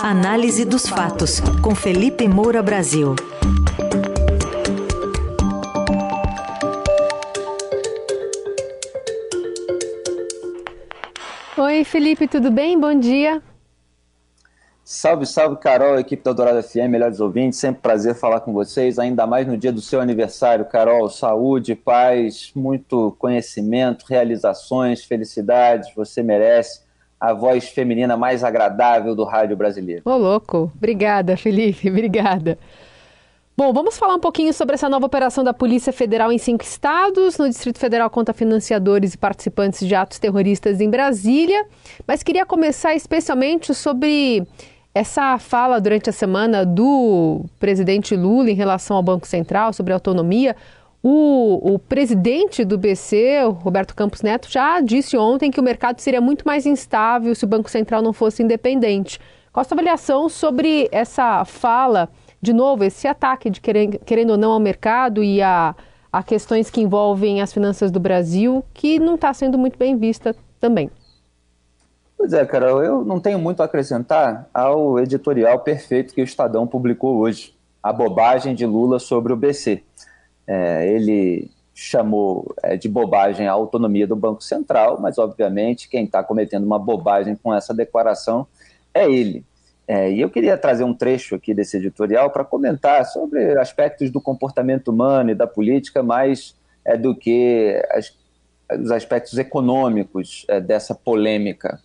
Análise dos fatos, com Felipe Moura Brasil. Oi, Felipe, tudo bem? Bom dia. Salve, salve, Carol, equipe da Dourado FM, melhores ouvintes, sempre prazer falar com vocês, ainda mais no dia do seu aniversário, Carol. Saúde, paz, muito conhecimento, realizações, felicidades, você merece a voz feminina mais agradável do rádio brasileiro. Ô, louco. Obrigada, Felipe, obrigada. Bom, vamos falar um pouquinho sobre essa nova operação da Polícia Federal em 5 estados, no Distrito Federal contra financiadores e participantes de atos terroristas em Brasília, mas queria começar especialmente sobre essa fala durante a semana do presidente Lula em relação ao Banco Central, sobre a autonomia. O presidente do BC, o Roberto Campos Neto, já disse ontem que o mercado seria muito mais instável se o Banco Central não fosse independente. Qual a sua avaliação sobre essa fala, de novo, esse ataque de querendo ou não ao mercado e a questões que envolvem as finanças do Brasil, que não está sendo muito bem vista também? Pois é, Carol, eu não tenho muito a acrescentar ao editorial perfeito que o Estadão publicou hoje, a bobagem de Lula sobre o BC. Ele chamou de bobagem a autonomia do Banco Central, mas, obviamente, quem está cometendo uma bobagem com essa declaração é ele. E eu queria trazer um trecho aqui desse editorial para comentar sobre aspectos do comportamento humano e da política, mais do que os aspectos econômicos dessa polêmica.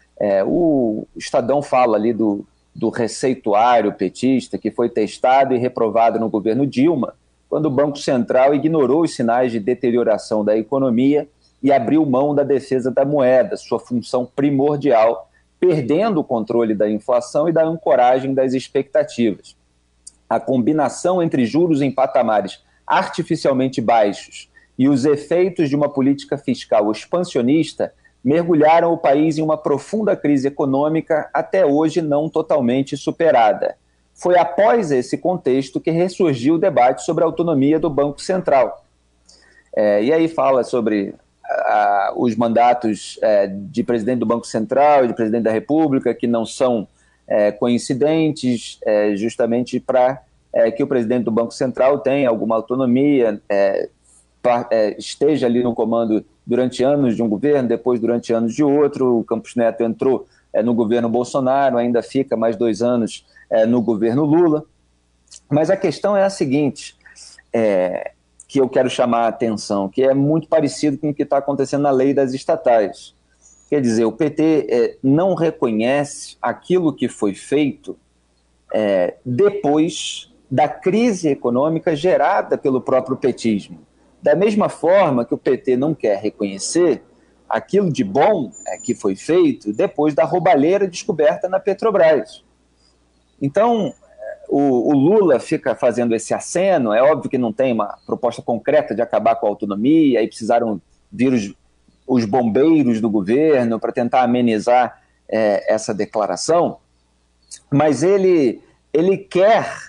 O Estadão fala ali do receituário petista que foi testado e reprovado no governo Dilma, quando o Banco Central ignorou os sinais de deterioração da economia e abriu mão da defesa da moeda, sua função primordial, perdendo o controle da inflação e da ancoragem das expectativas. A combinação entre juros em patamares artificialmente baixos e os efeitos de uma política fiscal expansionista mergulharam o país em uma profunda crise econômica até hoje não totalmente superada. Foi após esse contexto que ressurgiu o debate sobre a autonomia do Banco Central. E aí fala sobre os mandatos de presidente do Banco Central e de presidente da República, que não são coincidentes, justamente para que o presidente do Banco Central tenha alguma autonomia, esteja ali no comando durante anos de um governo, depois durante anos de outro. O Campos Neto entrou no governo Bolsonaro, ainda fica mais 2 anos no governo Lula. Mas a questão é a seguinte, que eu quero chamar a atenção, que é muito parecido com o que está acontecendo na lei das estatais. Quer dizer, o PT não reconhece aquilo que foi feito depois da crise econômica gerada pelo próprio petismo. Da mesma forma que o PT não quer reconhecer aquilo de bom que foi feito depois da roubalheira descoberta na Petrobras. Então, o Lula fica fazendo esse aceno, é óbvio que não tem uma proposta concreta de acabar com a autonomia, aí precisaram vir os bombeiros do governo para tentar amenizar essa declaração, mas ele quer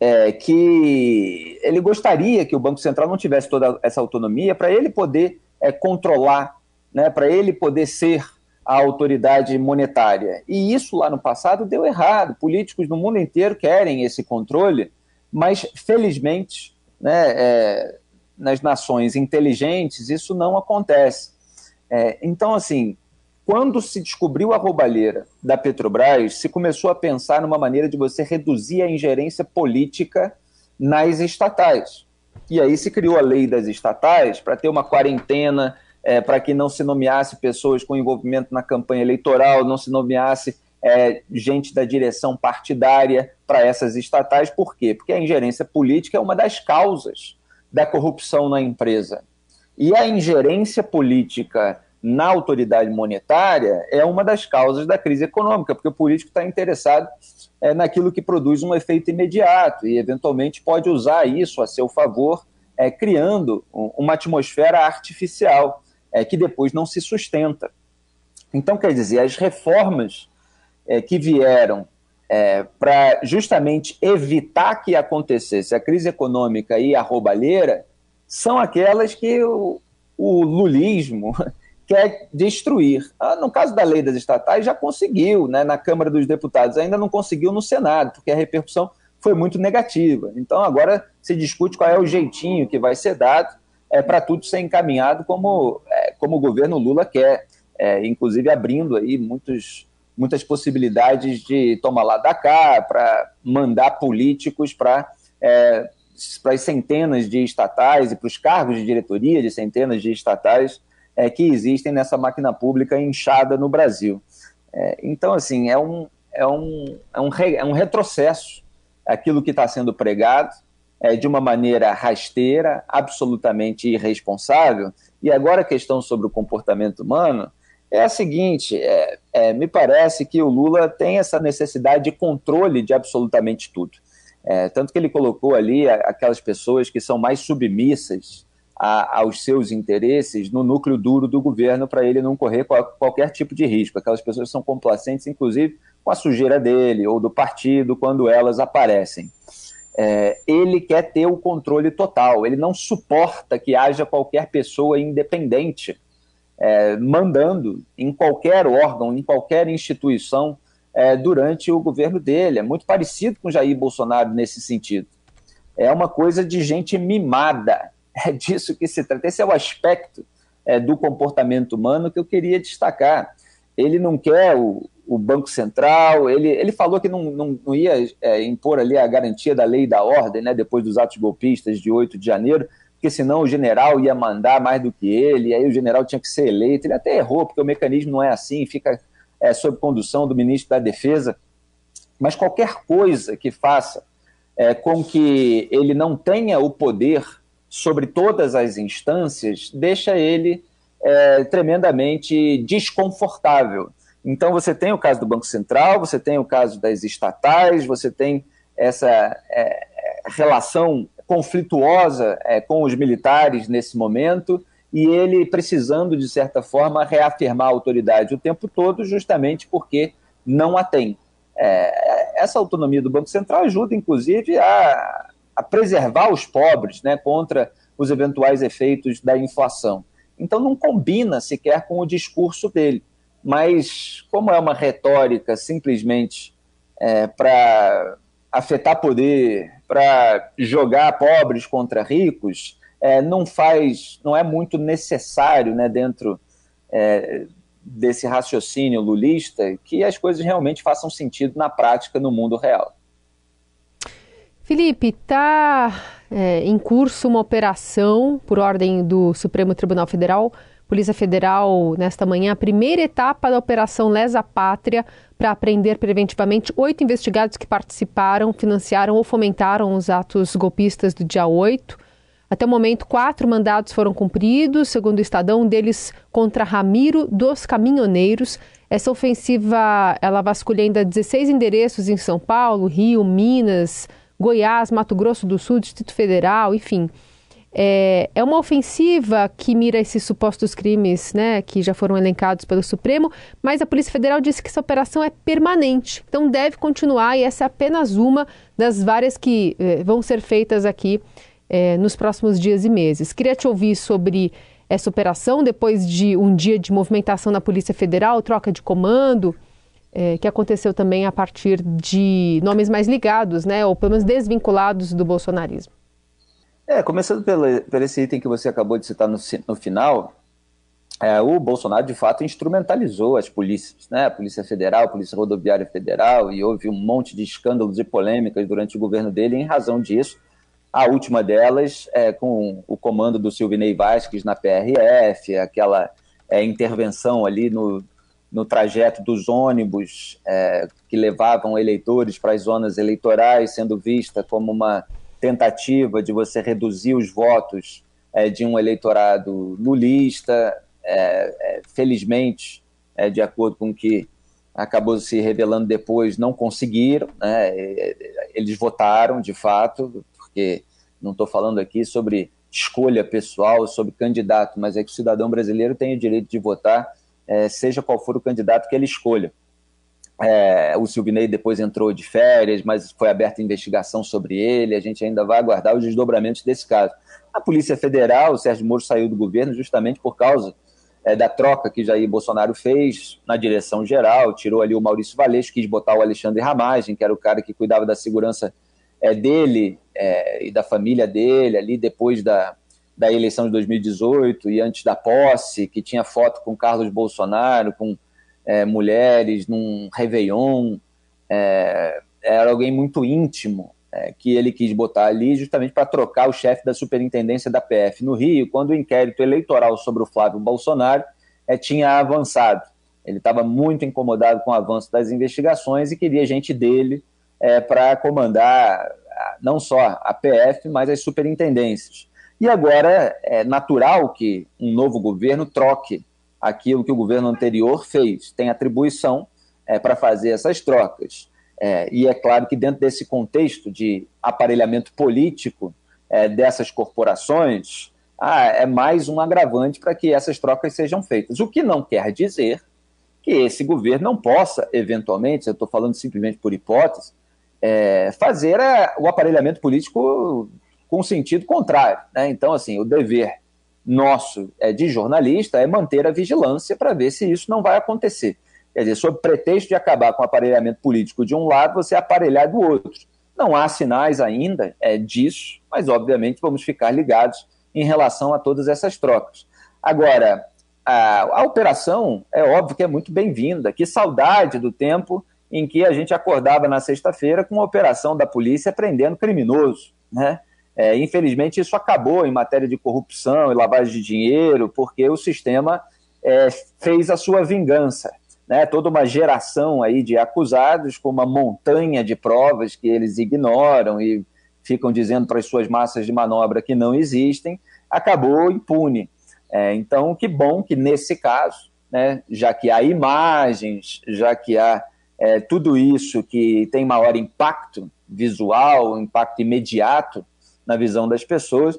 que ele gostaria que o Banco Central não tivesse toda essa autonomia para ele poder controlar, para ele poder ser a autoridade monetária. E isso lá no passado deu errado. Políticos no mundo inteiro querem esse controle, mas felizmente, nas nações inteligentes isso não acontece. Então, assim, quando se descobriu a roubalheira da Petrobras, se começou a pensar numa maneira de você reduzir a ingerência política nas estatais. E aí se criou a lei das estatais para ter uma quarentena, para que não se nomeasse pessoas com envolvimento na campanha eleitoral, não se nomeasse gente da direção partidária para essas estatais. Por quê? Porque a ingerência política é uma das causas da corrupção na empresa. E a ingerência política na autoridade monetária é uma das causas da crise econômica, porque o político está interessado naquilo que produz um efeito imediato e, eventualmente, pode usar isso a seu favor, criando uma atmosfera artificial que depois não se sustenta. Então, quer dizer, as reformas que vieram para justamente evitar que acontecesse a crise econômica e a roubalheira são aquelas que o lulismo quer destruir. No caso da lei das estatais, já conseguiu, né, na Câmara dos Deputados, ainda não conseguiu no Senado, porque a repercussão foi muito negativa. Então, agora se discute qual é o jeitinho que vai ser dado para tudo ser encaminhado como o governo Lula quer, inclusive abrindo aí muitas possibilidades de tomar lá da cá, para mandar políticos para as centenas de estatais e para os cargos de diretoria de centenas de estatais que existem nessa máquina pública inchada no Brasil. Então, assim, é um retrocesso aquilo que está sendo pregado, de uma maneira rasteira, absolutamente irresponsável. E agora a questão sobre o comportamento humano é a seguinte, me parece que o Lula tem essa necessidade de controle de absolutamente tudo. Tanto que ele colocou ali aquelas pessoas que são mais submissas aos seus interesses no núcleo duro do governo, para ele não correr qualquer tipo de risco. Aquelas pessoas são complacentes, inclusive, com a sujeira dele ou do partido, quando elas aparecem. Ele quer ter o controle total, ele não suporta que haja qualquer pessoa independente mandando em qualquer órgão, em qualquer instituição durante o governo dele. É muito parecido com Jair Bolsonaro nesse sentido. É uma coisa de gente mimada, é disso que se trata. Esse é o aspecto do comportamento humano que eu queria destacar. Ele não quer o Banco Central, ele falou que não ia impor ali a garantia da lei e da ordem, né, depois dos atos golpistas de 8 de janeiro, porque senão o general ia mandar mais do que ele, aí o general tinha que ser eleito. Ele até errou, porque o mecanismo não é assim, fica sob condução do ministro da Defesa. Mas qualquer coisa que faça com que ele não tenha o poder sobre todas as instâncias, deixa ele tremendamente desconfortável. Então você tem o caso do Banco Central, você tem o caso das estatais, você tem essa relação conflituosa com os militares nesse momento, e ele precisando, de certa forma, reafirmar a autoridade o tempo todo, justamente porque não a tem. Essa autonomia do Banco Central ajuda, inclusive, a preservar os pobres, né, contra os eventuais efeitos da inflação. Então não combina sequer com o discurso dele. Mas como é uma retórica simplesmente para afetar poder, para jogar pobres contra ricos, não é muito necessário, né, dentro desse raciocínio lulista, que as coisas realmente façam sentido na prática, no mundo real. Felipe, está em curso uma operação por ordem do Supremo Tribunal Federal, Polícia Federal, nesta manhã, a primeira etapa da Operação Lesa Pátria, para apreender preventivamente 8 investigados que participaram, financiaram ou fomentaram os atos golpistas do dia 8. Até o momento, 4 mandados foram cumpridos, segundo o Estadão, um deles contra Ramiro dos Caminhoneiros. Essa ofensiva, ela vasculha ainda 16 endereços em São Paulo, Rio, Minas, Goiás, Mato Grosso do Sul, Distrito Federal, enfim. É uma ofensiva que mira esses supostos crimes, né, que já foram elencados pelo Supremo, mas a Polícia Federal disse que essa operação é permanente, então deve continuar, e essa é apenas uma das várias que vão ser feitas aqui nos próximos dias e meses. Queria te ouvir sobre essa operação, depois de um dia de movimentação na Polícia Federal, troca de comando, que aconteceu também a partir de nomes mais ligados, né, ou pelo menos desvinculados do bolsonarismo. Começando por esse item que você acabou de citar no final, o Bolsonaro, de fato, instrumentalizou as polícias, né? A Polícia Federal, a Polícia Rodoviária Federal, e houve um monte de escândalos e polêmicas durante o governo dele, em razão disso. A última delas com o comando do Silvinei Vasquez na PRF, aquela intervenção ali no trajeto dos ônibus que levavam eleitores para as zonas eleitorais, sendo vista como uma tentativa de você reduzir os votos de um eleitorado lulista. Felizmente, de acordo com o que acabou se revelando depois, não conseguiram, né? Eles votaram, de fato, porque não estou falando aqui sobre escolha pessoal, sobre candidato, mas é que o cidadão brasileiro tem o direito de votar, seja qual for o candidato que ele escolha. O Silvinei depois entrou de férias, mas foi aberta investigação sobre ele, a gente ainda vai aguardar os desdobramentos desse caso. A Polícia Federal, o Sérgio Moro saiu do governo justamente por causa da troca que Jair Bolsonaro fez na direção geral, tirou ali o Maurício Valeixo, quis botar o Alexandre Ramagem, que era o cara que cuidava da segurança dele e da família dele, ali depois da eleição de 2018 e antes da posse, que tinha foto com Carlos Bolsonaro, com mulheres num Réveillon, era alguém muito íntimo, que ele quis botar ali justamente para trocar o chefe da superintendência da PF no Rio, quando o inquérito eleitoral sobre o Flávio Bolsonaro tinha avançado. Ele estava muito incomodado com o avanço das investigações e queria gente dele para comandar não só a PF, mas as superintendências. E agora é natural que um novo governo troque aquilo que o governo anterior fez, tem atribuição para fazer essas trocas. E é claro que dentro desse contexto de aparelhamento político dessas corporações, é mais um agravante para que essas trocas sejam feitas. O que não quer dizer que esse governo não possa, eventualmente, eu estou falando simplesmente por hipótese, fazer o aparelhamento político com sentido contrário, né? Então, assim, o dever nosso de jornalista é manter a vigilância para ver se isso não vai acontecer. Quer dizer, sob pretexto de acabar com o aparelhamento político de um lado, você aparelhar do outro. Não há sinais ainda disso, mas obviamente vamos ficar ligados em relação a todas essas trocas. Agora, a operação é óbvio que é muito bem-vinda. Que saudade do tempo em que a gente acordava na sexta-feira com a operação da polícia prendendo criminoso, né? Infelizmente isso acabou em matéria de corrupção e lavagem de dinheiro, porque o sistema fez a sua vingança. Né, toda uma geração aí de acusados com uma montanha de provas que eles ignoram e ficam dizendo para as suas massas de manobra que não existem, acabou impune. Então, que bom que nesse caso, né, já que há imagens, já que há tudo isso que tem maior impacto visual, impacto imediato na visão das pessoas,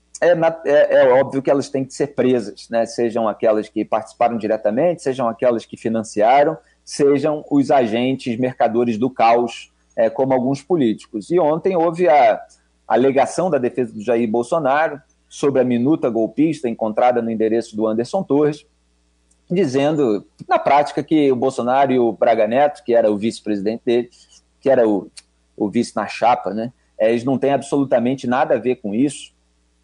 é óbvio que elas têm que ser presas, né? Sejam aquelas que participaram diretamente, sejam aquelas que financiaram, sejam os agentes mercadores do caos, como alguns políticos. E ontem houve a alegação da defesa do Jair Bolsonaro sobre a minuta golpista encontrada no endereço do Anderson Torres, dizendo, na prática, que o Bolsonaro e o Braga Neto, que era o vice-presidente dele, que era o vice na chapa, né? Eles não têm absolutamente nada a ver com isso,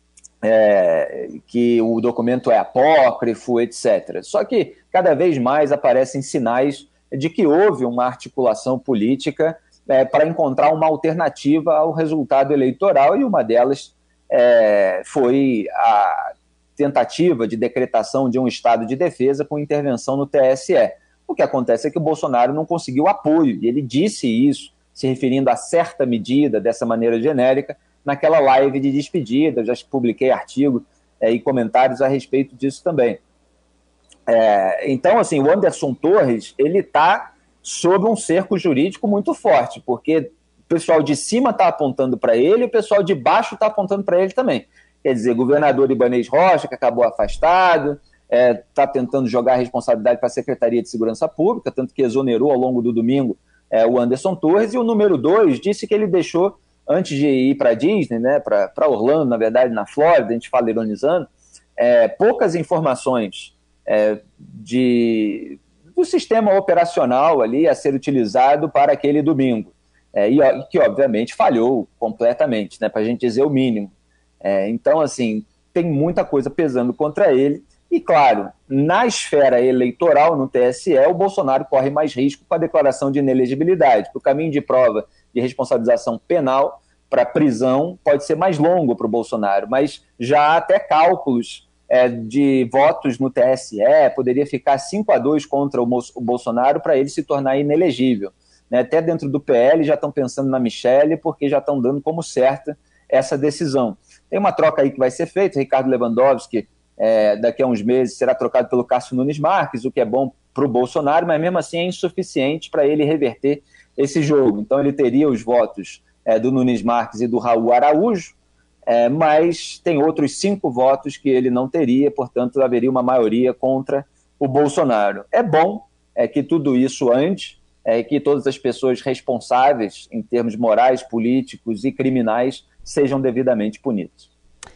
que o documento é apócrifo, etc. Só que cada vez mais aparecem sinais de que houve uma articulação política para encontrar uma alternativa ao resultado eleitoral, e uma delas foi a tentativa de decretação de um estado de defesa com intervenção no TSE. O que acontece é que o Bolsonaro não conseguiu apoio, e ele disse isso, se referindo a certa medida, dessa maneira genérica, naquela live de despedida. Eu já publiquei artigo e comentários a respeito disso também. Então, assim, o Anderson Torres, ele está sob um cerco jurídico muito forte, porque o pessoal de cima está apontando para ele e o pessoal de baixo está apontando para ele também. Quer dizer, governador Ibanez Rocha, que acabou afastado, está tentando jogar a responsabilidade para a Secretaria de Segurança Pública, tanto que exonerou ao longo do domingo o Anderson Torres, e o número 2 disse que ele deixou, antes de ir para a Disney, né, para Orlando, na verdade, na Flórida, a gente fala ironizando, poucas informações do sistema operacional ali a ser utilizado para aquele domingo, e que obviamente falhou completamente, né, para a gente dizer o mínimo. Então, assim, tem muita coisa pesando contra ele, e claro, na esfera eleitoral, no TSE, o Bolsonaro corre mais risco com a declaração de inelegibilidade. O caminho de prova de responsabilização penal para prisão pode ser mais longo para o Bolsonaro, mas já há até cálculos de votos no TSE, poderia ficar 5-2 contra o Bolsonaro para ele se tornar inelegível. Né? Até dentro do PL já estão pensando na Michelle, porque já estão dando como certa essa decisão. Tem uma troca aí que vai ser feita, Ricardo Lewandowski, daqui a uns meses será trocado pelo Cássio Nunes Marques, o que é bom para o Bolsonaro, mas mesmo assim é insuficiente para ele reverter esse jogo. Então ele teria os votos do Nunes Marques e do Raul Araújo, mas tem outros 5 votos que ele não teria, portanto haveria uma maioria contra o Bolsonaro. É bom que tudo isso ande, que todas as pessoas responsáveis em termos morais, políticos e criminais sejam devidamente punidas.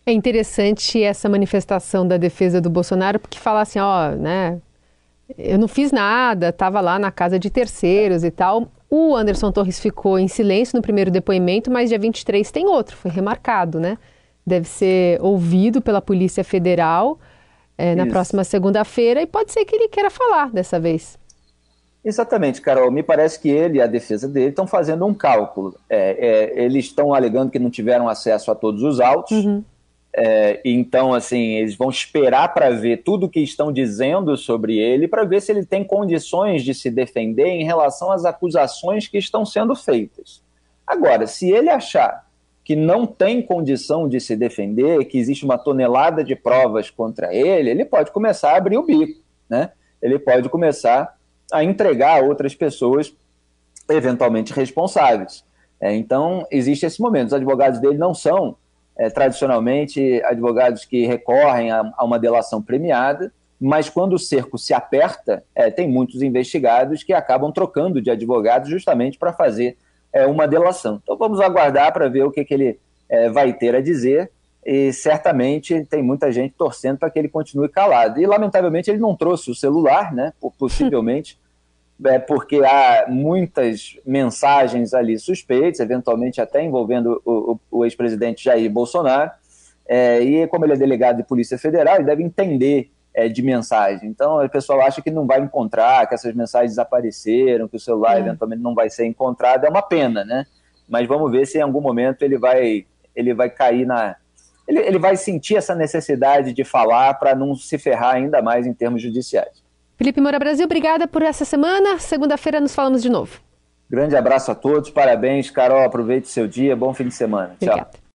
É interessante essa manifestação da defesa do Bolsonaro, porque fala assim, né, eu não fiz nada, estava lá na casa de terceiros e tal. O Anderson Torres ficou em silêncio no primeiro depoimento, mas dia 23 tem outro, foi remarcado, né? Deve ser ouvido pela Polícia Federal na próxima segunda-feira, e pode ser que ele queira falar dessa vez. Exatamente, Carol. Me parece que ele e a defesa dele estão fazendo um cálculo. Eles estão alegando que não tiveram acesso a todos os autos. Então, assim, eles vão esperar para ver tudo o que estão dizendo sobre ele, para ver se ele tem condições de se defender em relação às acusações que estão sendo feitas. Agora, se ele achar que não tem condição de se defender, que existe uma tonelada de provas contra ele, ele pode começar a abrir o bico, né? Ele pode começar a entregar a outras pessoas eventualmente responsáveis. Então, existe esse momento. Os advogados dele não são tradicionalmente advogados que recorrem a uma delação premiada, mas quando o cerco se aperta, tem muitos investigados que acabam trocando de advogado justamente para fazer uma delação. Então vamos aguardar para ver o que ele vai ter a dizer, e certamente tem muita gente torcendo para que ele continue calado. E lamentavelmente ele não trouxe o celular, né? Possivelmente porque há muitas mensagens ali suspeitas, eventualmente até envolvendo o ex-presidente Jair Bolsonaro, e como ele é delegado de Polícia Federal, ele deve entender de mensagem. Então, o pessoal acha que não vai encontrar, que essas mensagens desapareceram, que o celular eventualmente não vai ser encontrado. É uma pena, né? Mas vamos ver se em algum momento ele vai cair ele vai sentir essa necessidade de falar para não se ferrar ainda mais em termos judiciais. Felipe Moura Brasil, obrigada por essa semana. Segunda-feira nos falamos de novo. Grande abraço a todos, parabéns, Carol, aproveite seu dia, bom fim de semana. Obrigada. Tchau.